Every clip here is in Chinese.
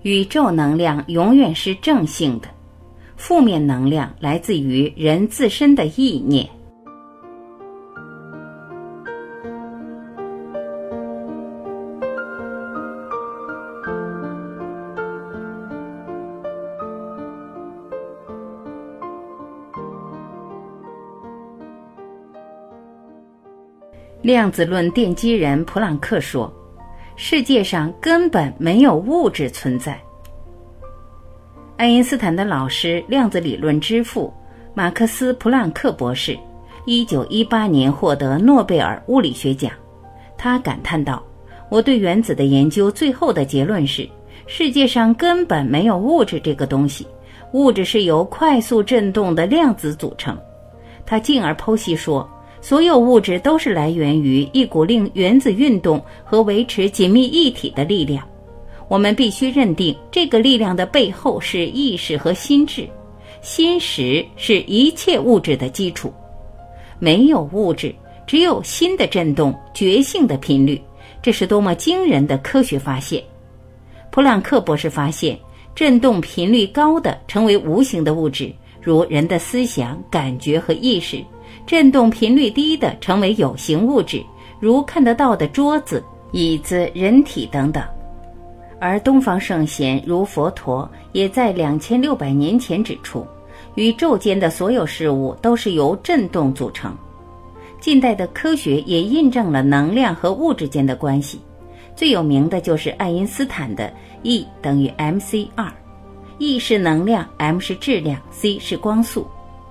宇宙能量永远是正性的，负面能量来自于人自身的意念。量子论奠基人普朗克说，世界上根本没有物质存在。爱因斯坦的老师，量子理论之父马克思·普朗克博士1918年获得诺贝尔物理学奖。他感叹道，我对原子的研究最后的结论是，世界上根本没有物质这个东西，物质是由快速振动的量子组成。他进而剖析说，所有物质都是来源于一股令原子运动和维持紧密一体的力量。我们必须认定这个力量的背后是意识和心智，心识是一切物质的基础。没有物质，只有心的振动，觉性的频率。这是多么惊人的科学发现！普朗克博士发现，振动频率高的成为无形的物质，如人的思想、感觉和意识；振动频率低的成为有形物质，如看得到的桌子、椅子、人体等等。而东方圣贤如佛陀也在2600年前指出，宇宙间的所有事物都是由振动组成。近代的科学也印证了能量和物质间的关系，最有名的就是爱因斯坦的 E 等于 mc2，E 是能量， m 是质量， c 是光速。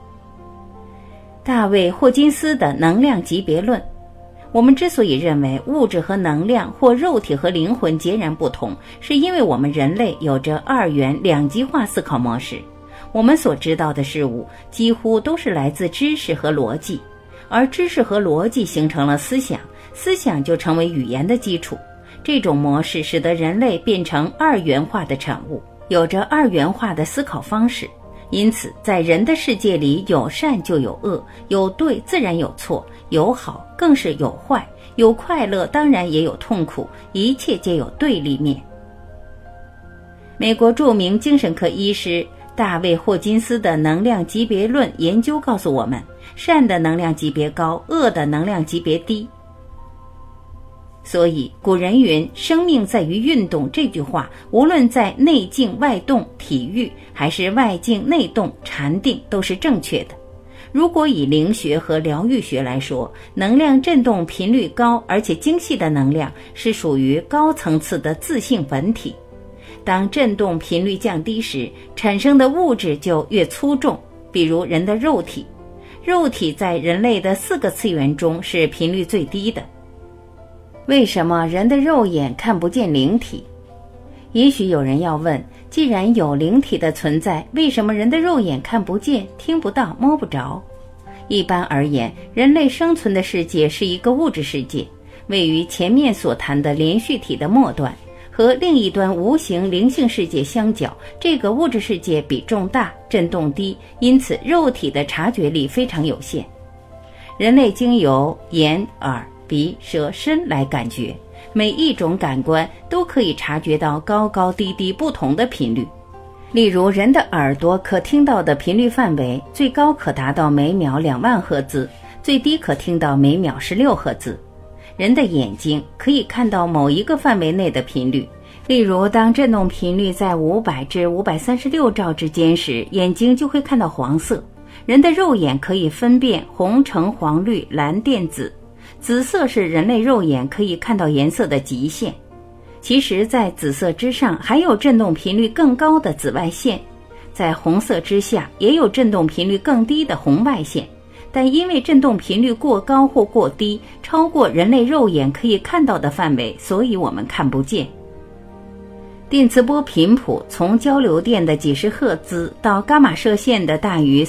大卫·霍金斯的能量级别论，我们之所以认为物质和能量或肉体和灵魂截然不同，是因为我们人类有着二元两极化思考模式。我们所知道的事物几乎都是来自知识和逻辑，而知识和逻辑形成了思想，思想就成为语言的基础。这种模式使得人类变成二元化的产物，有着二元化的思考方式。因此在人的世界里，有善就有恶，有对自然有错，有好更是有坏，有快乐当然也有痛苦，一切皆有对立面。美国著名精神科医师大卫·霍金斯的能量级别论研究告诉我们，善的能量级别高，恶的能量级别低。所以古人云生命在于运动这句话，无论在内静外动体育，还是外静内动禅定，都是正确的。如果以灵学和疗愈学来说，能量振动频率高而且精细的能量是属于高层次的自性本体。当振动频率降低时，产生的物质就越粗重，比如人的肉体。肉体在人类的4个次元中是频率最低的。为什么人的肉眼看不见灵体？也许有人要问，既然有灵体的存在，为什么人的肉眼看不见、听不到、摸不着？一般而言，人类生存的世界是一个物质世界，位于前面所谈的连续体的末端，和另一端无形灵性世界相较，这个物质世界比重大，振动低，因此肉体的察觉力非常有限。人类经由眼、耳、鼻、舌、身来感觉，每一种感官都可以察觉到高高低低不同的频率。例如人的耳朵可听到的频率范围，最高可达到每秒2万赫兹，最低可听到每秒16赫兹。人的眼睛可以看到某一个范围内的频率，例如当振动频率在500至536兆之间时，眼睛就会看到黄色。人的肉眼可以分辨红、橙、黄、绿、蓝、靛、紫，紫色是人类肉眼可以看到颜色的极限。其实在紫色之上还有振动频率更高的紫外线，在红色之下也有振动频率更低的红外线，但因为振动频率过高或过低，超过人类肉眼可以看到的范围，所以我们看不见。电磁波频谱从交流电的几十赫兹到伽马射线的大于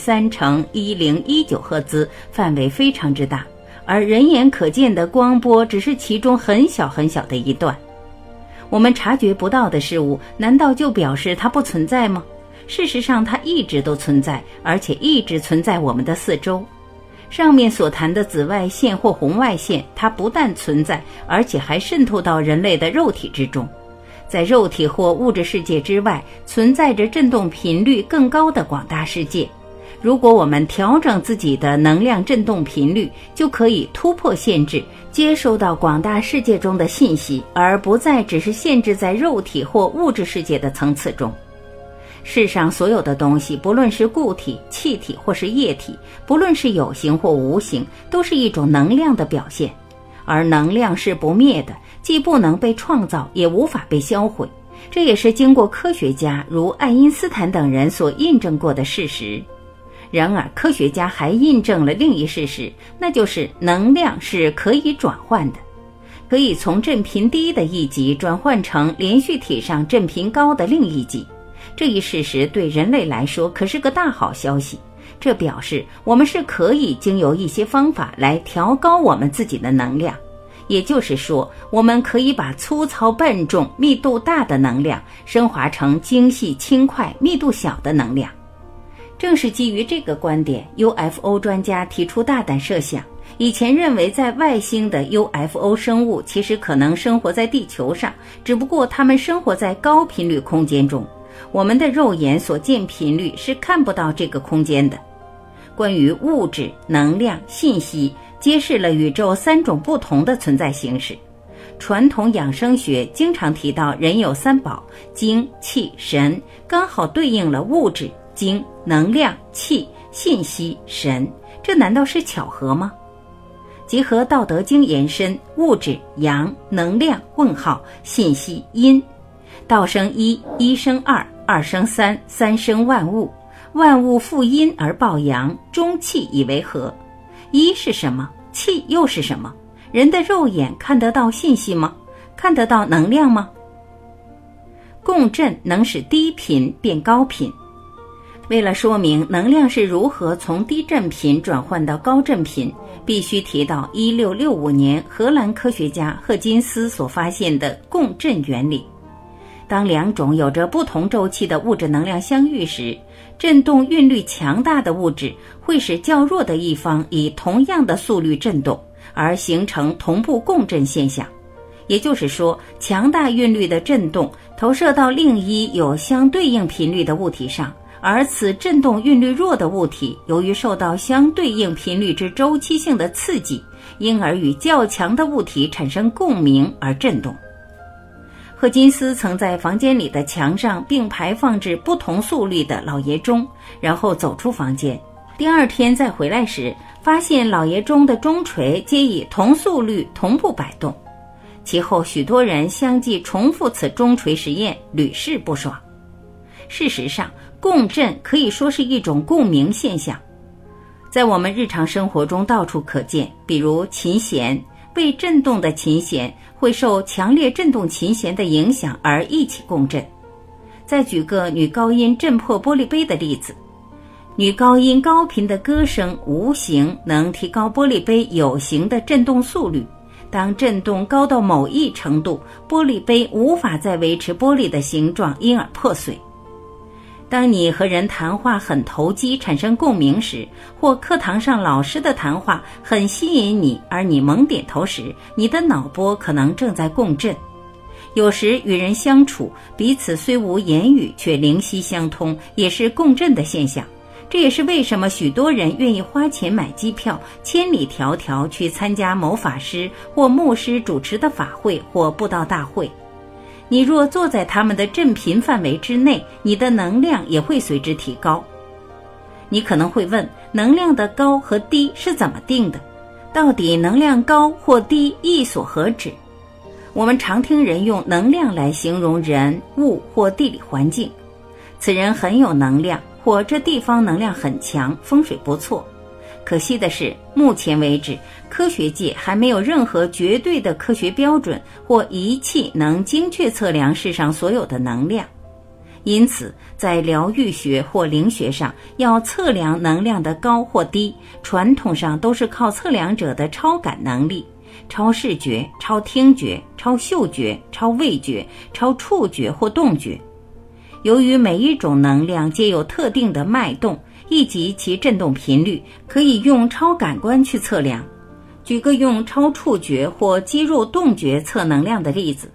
3×1019赫兹，范围非常之大，而人眼可见的光波只是其中很小很小的一段。我们察觉不到的事物，难道就表示它不存在吗？事实上它一直都存在，而且一直存在我们的四周。上面所谈的紫外线或红外线，它不但存在，而且还渗透到人类的肉体之中。 在肉体或物质世界之外，存在着振动频率更高的广大世界。如果我们调整自己的能量振动频率，就可以突破限制，接收到广大世界中的信息，而不再只是限制在肉体或物质世界的层次中。世上所有的东西，不论是固体、气体或是液体，不论是有形或无形，都是一种能量的表现。而能量是不灭的，既不能被创造，也无法被销毁。这也是经过科学家如爱因斯坦等人所印证过的事实。然而，科学家还印证了另一事实，那就是能量是可以转换的，可以从振频低的一级转换成连续体上振频高的另一级。这一事实对人类来说可是个大好消息，这表示我们是可以经由一些方法来调高我们自己的能量。也就是说，我们可以把粗糙笨重、密度大的能量升华成精细轻快、密度小的能量。正是基于这个观点， UFO 专家提出大胆设想，以前认为在外星的 UFO 生物其实可能生活在地球上，只不过他们生活在高频率空间中，我们的肉眼所见频率是看不到这个空间的。关于物质、能量、信息，揭示了宇宙3种不同的存在形式。传统养生学经常提到人有3宝，精、气、神，刚好对应了物质、精、能量、气、信息、神，这难道是巧合吗？结合《道德经》延伸，物质阳，能量问号，信息阴。道生一，一生二，二生三，三生万物。万物负阴而抱阳，中气以为和。一是什么？气又是什么？人的肉眼看得到信息吗？看得到能量吗？共振能使低频变高频。为了说明能量是如何从低振频转换到高振频，必须提到1665年荷兰科学家赫金斯所发现的共振原理。当2种有着不同周期的物质能量相遇时，振动韵律强大的物质会使较弱的一方以同样的速率振动，而形成同步共振现象。也就是说，强大韵律的振动投射到另一有相对应频率的物体上，而此振动韵律弱的物体由于受到相对应频率之周期性的刺激，因而与较强的物体产生共鸣而振动。赫金斯曾在房间里的墙上并排放置不同速率的老爷钟，然后走出房间。第2天再回来时，发现老爷钟的钟锤皆以同速率同步摆动。其后许多人相继重复此钟锤实验，屡试不爽。事实上，共振可以说是一种共鸣现象，在我们日常生活中到处可见，比如琴弦，被振动的琴弦会受强烈振动琴弦的影响而一起共振。再举个女高音震破玻璃杯的例子，女高音高频的歌声无形能提高玻璃杯有形的振动速率，当振动高到某一程度，玻璃杯无法再维持玻璃的形状，因而破碎。当你和人谈话很投机，产生共鸣时，或课堂上老师的谈话很吸引你，而你猛点头时，你的脑波可能正在共振。有时与人相处，彼此虽无言语，却灵犀相通，也是共振的现象。这也是为什么许多人愿意花钱买机票，千里迢迢去参加某法师或牧师主持的法会或布道大会。你若坐在他们的振频范围之内，你的能量也会随之提高。你可能会问，能量的高和低是怎么定的？到底能量高或低意所何指？我们常听人用能量来形容人、物或地理环境。此人很有能量，或这地方能量很强，风水不错。可惜的是，目前为止，科学界还没有任何绝对的科学标准或仪器能精确测量世上所有的能量。因此，在疗愈学或灵学上，要测量能量的高或低，传统上都是靠测量者的超感能力，超视觉、超听觉、超嗅觉、超味觉、超触觉或动觉。由于每一种能量皆有特定的脉动以及其振动频率，可以用超感官去测量。举个用超触觉或肌肉动觉测能量的例子，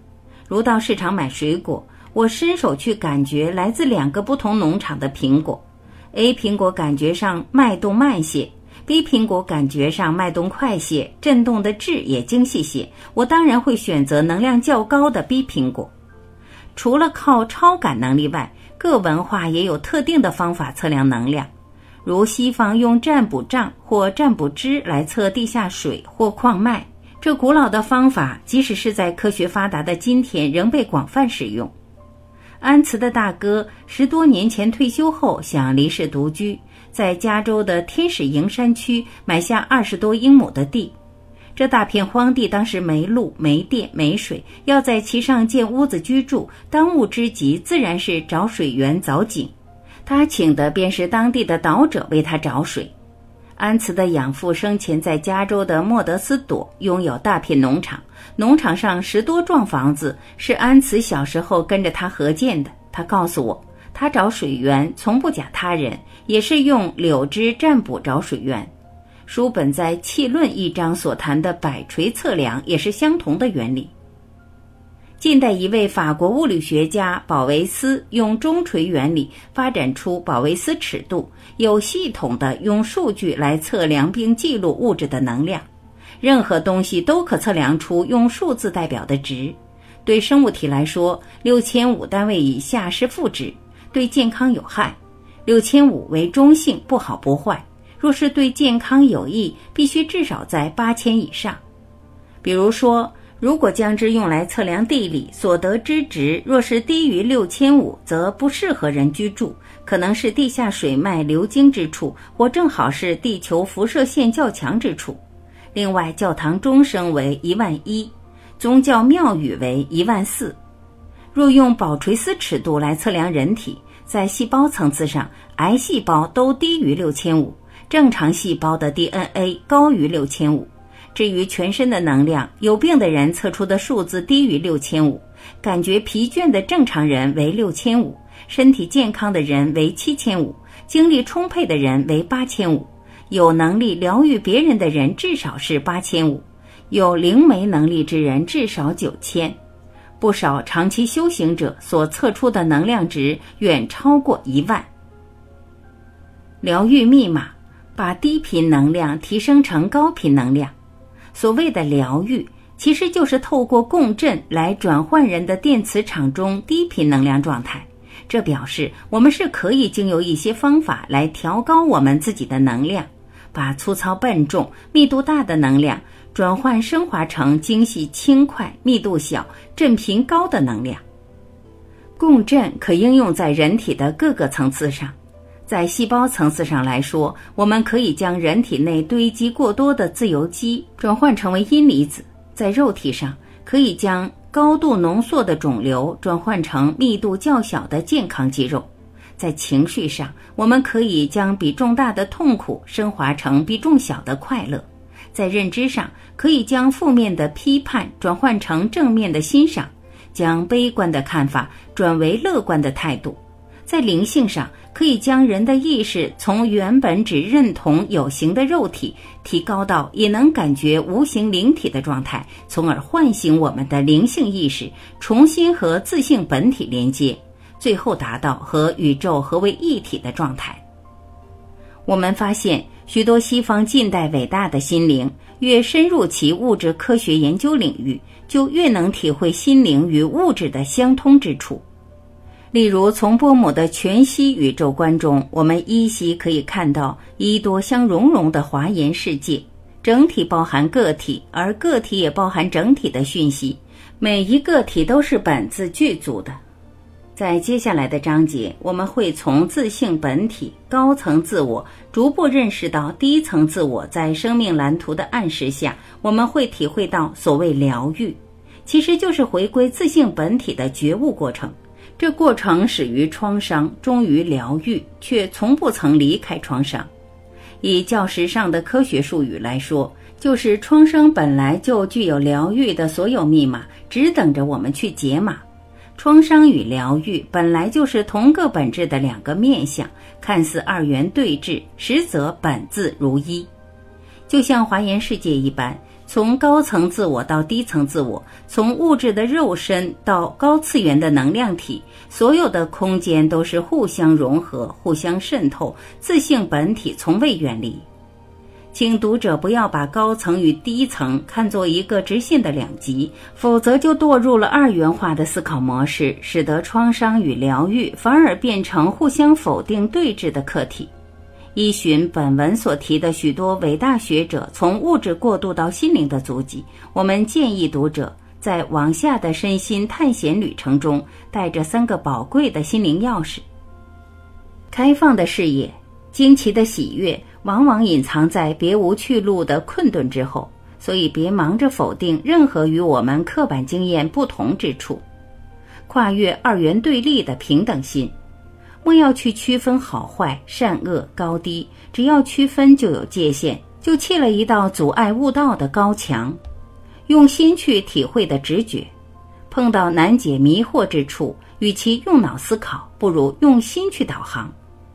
如到市场买水果，我伸手去感觉来自2个不同农场的苹果， A 苹果感觉上脉动慢些， B 苹果感觉上脉动快些，震动的质也精细些，我当然会选择能量较高的 B 苹果。除了靠超感能力外，各文化也有特定的方法测量能量，如西方用占卜杖或占卜支来测地下水或矿脉，这古老的方法即使是在科学发达的今天仍被广泛使用。安茨的大哥10多年前退休后想离世独居，在加州的天使营山区买下20多英亩的地。这大片荒地当时没路、没电、没水，要在其上建屋子居住，当务之急自然是找水源、凿井。他请的便是当地的岛者为他找水。安茨的养父生前在加州的莫德斯朵拥有大片农场，农场上10多幢房子是安茨小时候跟着他合建的。他告诉我，他找水源从不假他人，也是用柳枝占卜找水源。书本在气论一章所谈的摆锤测量也是相同的原理。近代一位法国物理学家保维斯用中锤原理发展出保维斯尺度，有系统的用数据来测量并记录物质的能量。任何东西都可测量出用数字代表的值。对生物体来说，6500单位以下是负值，对健康有害；6500为中性，不好不坏。若是对健康有益，必须至少在8000以上。比如说，如果将之用来测量地理，所得之值若是低于6500，则不适合人居住，可能是地下水脉流经之处，或正好是地球辐射线较强之处。另外，教堂钟声为11000，宗教庙宇为14000。若用宝锤斯尺度来测量人体，在细胞层次上，癌细胞都低于6500，正常细胞的 DNA 高于6500。至于全身的能量，有病的人测出的数字低于6500，感觉疲倦的正常人为6500，身体健康的人为7500，精力充沛的人为8500，有能力疗愈别人的人至少是8500，有灵媒能力之人至少9000。不少长期修行者所测出的能量值远超过10000。疗愈密码，把低频能量提升成高频能量。所谓的疗愈，其实就是透过共振来转换人的电磁场中低频能量状态。这表示我们是可以经由一些方法来调高我们自己的能量，把粗糙笨重、密度大的能量转换升华成精细轻快、密度小、振频高的能量。共振可应用在人体的各个层次上。在细胞层次上来说，我们可以将人体内堆积过多的自由基转换成为阴离子；在肉体上，可以将高度浓缩的肿瘤转换成密度较小的健康肌肉；在情绪上，我们可以将比重大的痛苦升华成比重小的快乐；在认知上，可以将负面的批判转换成正面的欣赏，将悲观的看法转为乐观的态度；在灵性上，可以将人的意识从原本只认同有形的肉体提高到也能感觉无形灵体的状态，从而唤醒我们的灵性意识，重新和自性本体连接，最后达到和宇宙合为一体的状态。我们发现许多西方近代伟大的心灵越深入其物质科学研究领域，就越能体会心灵与物质的相通之处。例如，从波姆的全息宇宙观中，我们依稀可以看到一多相融融的华严世界，整体包含个体，而个体也包含整体的讯息，每一个体都是本自具足的。在接下来的章节，我们会从自性本体、高层自我逐步认识到低层自我在生命蓝图的暗示下，我们会体会到所谓疗愈，其实就是回归自性本体的觉悟过程。这过程始于创伤，终于疗愈，却从不曾离开创伤。以较时尚的科学术语来说，就是创伤本来就具有疗愈的所有密码，只等着我们去解码。创伤与疗愈本来就是同个本质的两个面相，看似二元对峙，实则本自如一。就像华严世界一般， 从高层自我到低层自我，从物质的肉身到高次元的能量体，所有的空间都是互相融合、互相渗透，自性本体从未远离。请读者不要把高层与低层看作一个直线的两极，否则就堕入了二元化的思考模式，使得创伤与疗愈反而变成互相否定对峙的课题。依循本文所提的许多伟大学者从物质过渡到心灵的足迹，我们建议读者在往下的身心探险旅程中带着3个宝贵的心灵钥匙。开放的视野，惊奇的喜悦往往隐藏在别无去路的困顿之后，所以别忙着否定任何与我们刻板经验不同之处。跨越二元对立的平等心，莫要去区分好坏、善恶、高低，只要区分就有界限，就砌了一道阻碍悟道的高墙。用心去体会的直觉，碰到难解迷惑之处，与其用脑思考，不如用心去导航。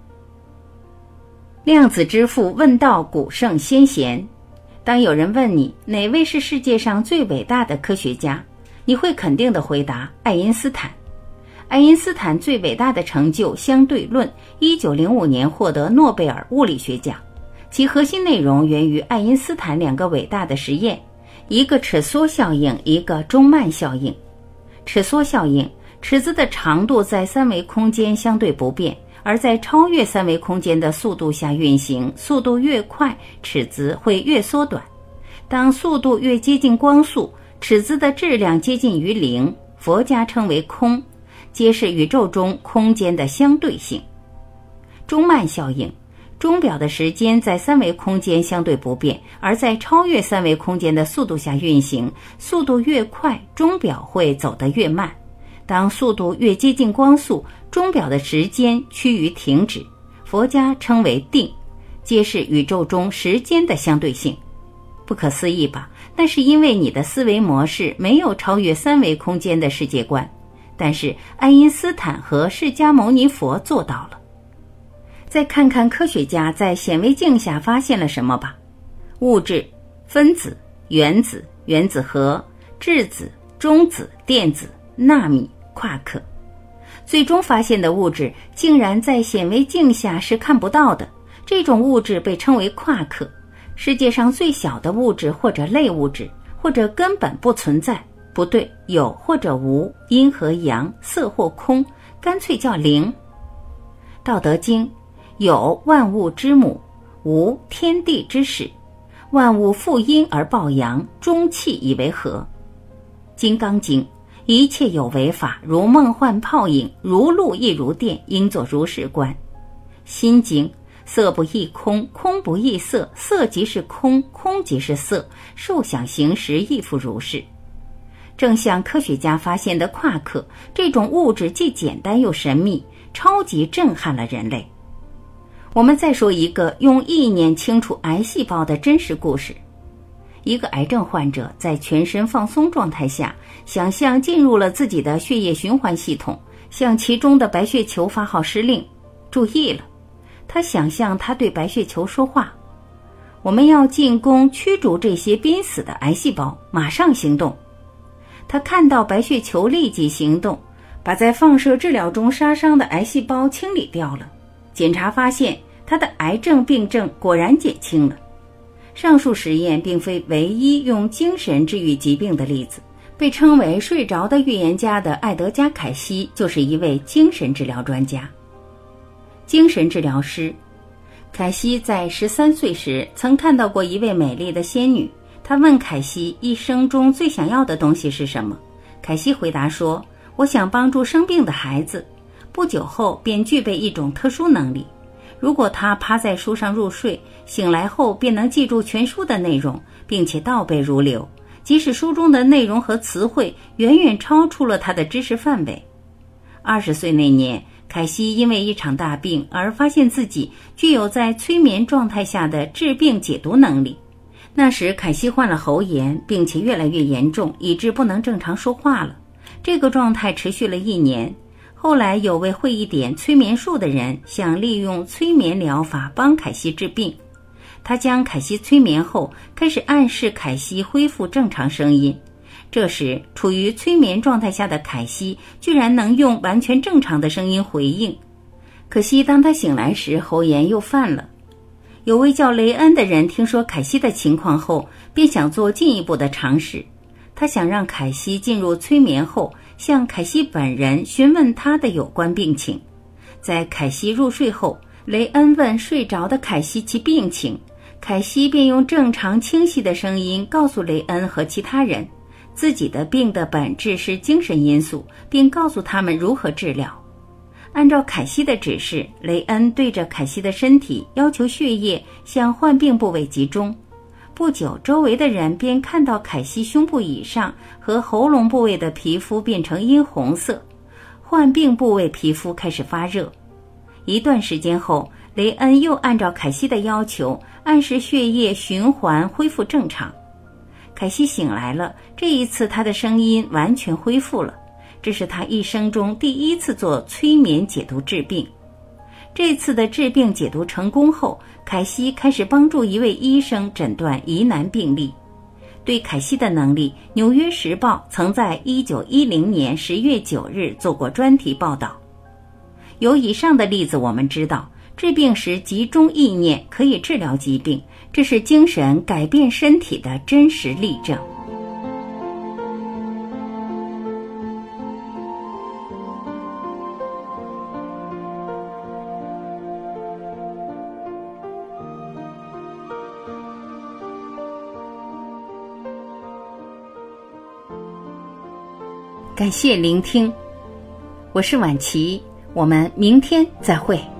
量子之父问道古圣先贤，当有人问你哪位是世界上最伟大的科学家，你会肯定地回答爱因斯坦。爱因斯坦最伟大的成就相对论，1905年获得诺贝尔物理学奖，其核心内容源于爱因斯坦2个伟大的实验，一个尺缩效应，一个中曼效应。尺缩效应，尺子的长度在3维空间相对不变，而在超越3维空间的速度下运行，速度越快，尺子会越缩短。当速度越接近光速，尺子的质量接近于0，佛家称为空，揭示宇宙中空间的相对性。中曼效应，钟表的时间在3维空间相对不变，而在超越3维空间的速度下运行，速度越快，钟表会走得越慢。当速度越接近光速，钟表的时间趋于停止，佛家称为定，揭示宇宙中时间的相对性。不可思议吧？那是因为你的思维模式没有超越3维空间的世界观。但是爱因斯坦和释迦牟尼佛做到了。再看看科学家在显微镜下发现了什么吧。物质、分子、原子、原子核、质子、中子、电子、纳米、夸克。最终发现的物质竟然在显微镜下是看不到的，这种物质被称为夸克，世界上最小的物质或者类物质，或者根本不存在。不对，有或者无，阴和阳，色或空，干脆叫零。道德经，有万物之母，无天地之始，万物负阴而抱阳，中气以为和。金刚经，一切有为法，如梦幻泡影，如露亦如电，应作如是观。心经，色不异空，空不异色，色即是空，空即是色，受想行识亦复如是。正像科学家发现的夸克，这种物质既简单又神秘，超级震撼了人类。我们再说一个用意念清除癌细胞的真实故事。一个癌症患者在全身放松状态下，想象进入了自己的血液循环系统，向其中的白血球发号施令。注意了，他想象他对白血球说话：我们要进攻驱逐这些濒死的癌细胞，马上行动。他看到白血球立即行动，把在放射治疗中杀伤的癌细胞清理掉了。检查发现，他的癌症病症果然减轻了。上述实验并非唯一用精神治愈疾病的例子，被称为睡着的预言家的艾德加·凯西就是一位精神治疗专家。精神治疗师凯西在13岁时曾看到过一位美丽的仙女，他问凯西一生中最想要的东西是什么。凯西回答说：我想帮助生病的孩子。不久后便具备一种特殊能力，如果他趴在书上入睡，醒来后便能记住全书的内容，并且倒背如流，即使书中的内容和词汇远远超出了他的知识范围。20岁那年，凯西因为一场大病而发现自己具有在催眠状态下的治病解毒能力。那时凯西患了喉炎，并且越来越严重，以致不能正常说话了。这个状态持续了1年。后来有位会一点催眠术的人想利用催眠疗法帮凯西治病。 他将凯西催眠后，开始暗示凯西恢复正常声音。这时，处于催眠状态下的凯西居然能用完全正常的声音回应。可惜，当他醒来时，喉炎又犯了。有位叫雷恩的人听说凯西的情况后，便想做进一步的尝试。他想让凯西进入催眠后，向凯西本人询问他的有关病情。在凯西入睡后，雷恩问睡着的凯西其病情，凯西便用正常清晰的声音告诉雷恩和其他人，自己的病的本质是精神因素，并告诉他们如何治疗。按照凯西的指示，雷恩对着凯西的身体要求血液向患病部位集中。不久，周围的人便看到凯西胸部以上和喉咙部位的皮肤变成殷红色，患病部位皮肤开始发热。一段时间后，雷恩又按照凯西的要求，暗示血液循环恢复正常。凯西醒来了，这一次他的声音完全恢复了。这是他一生中第一次做催眠解读治病。这次的治病解读成功后，凯西开始帮助一位医生诊断疑难病例。对凯西的能力，《纽约时报》曾在1910年10月9日做过专题报道。由以上的例子我们知道，治病时集中意念可以治疗疾病，这是精神改变身体的真实例证。感谢聆听，我是婉琪，我们明天再会。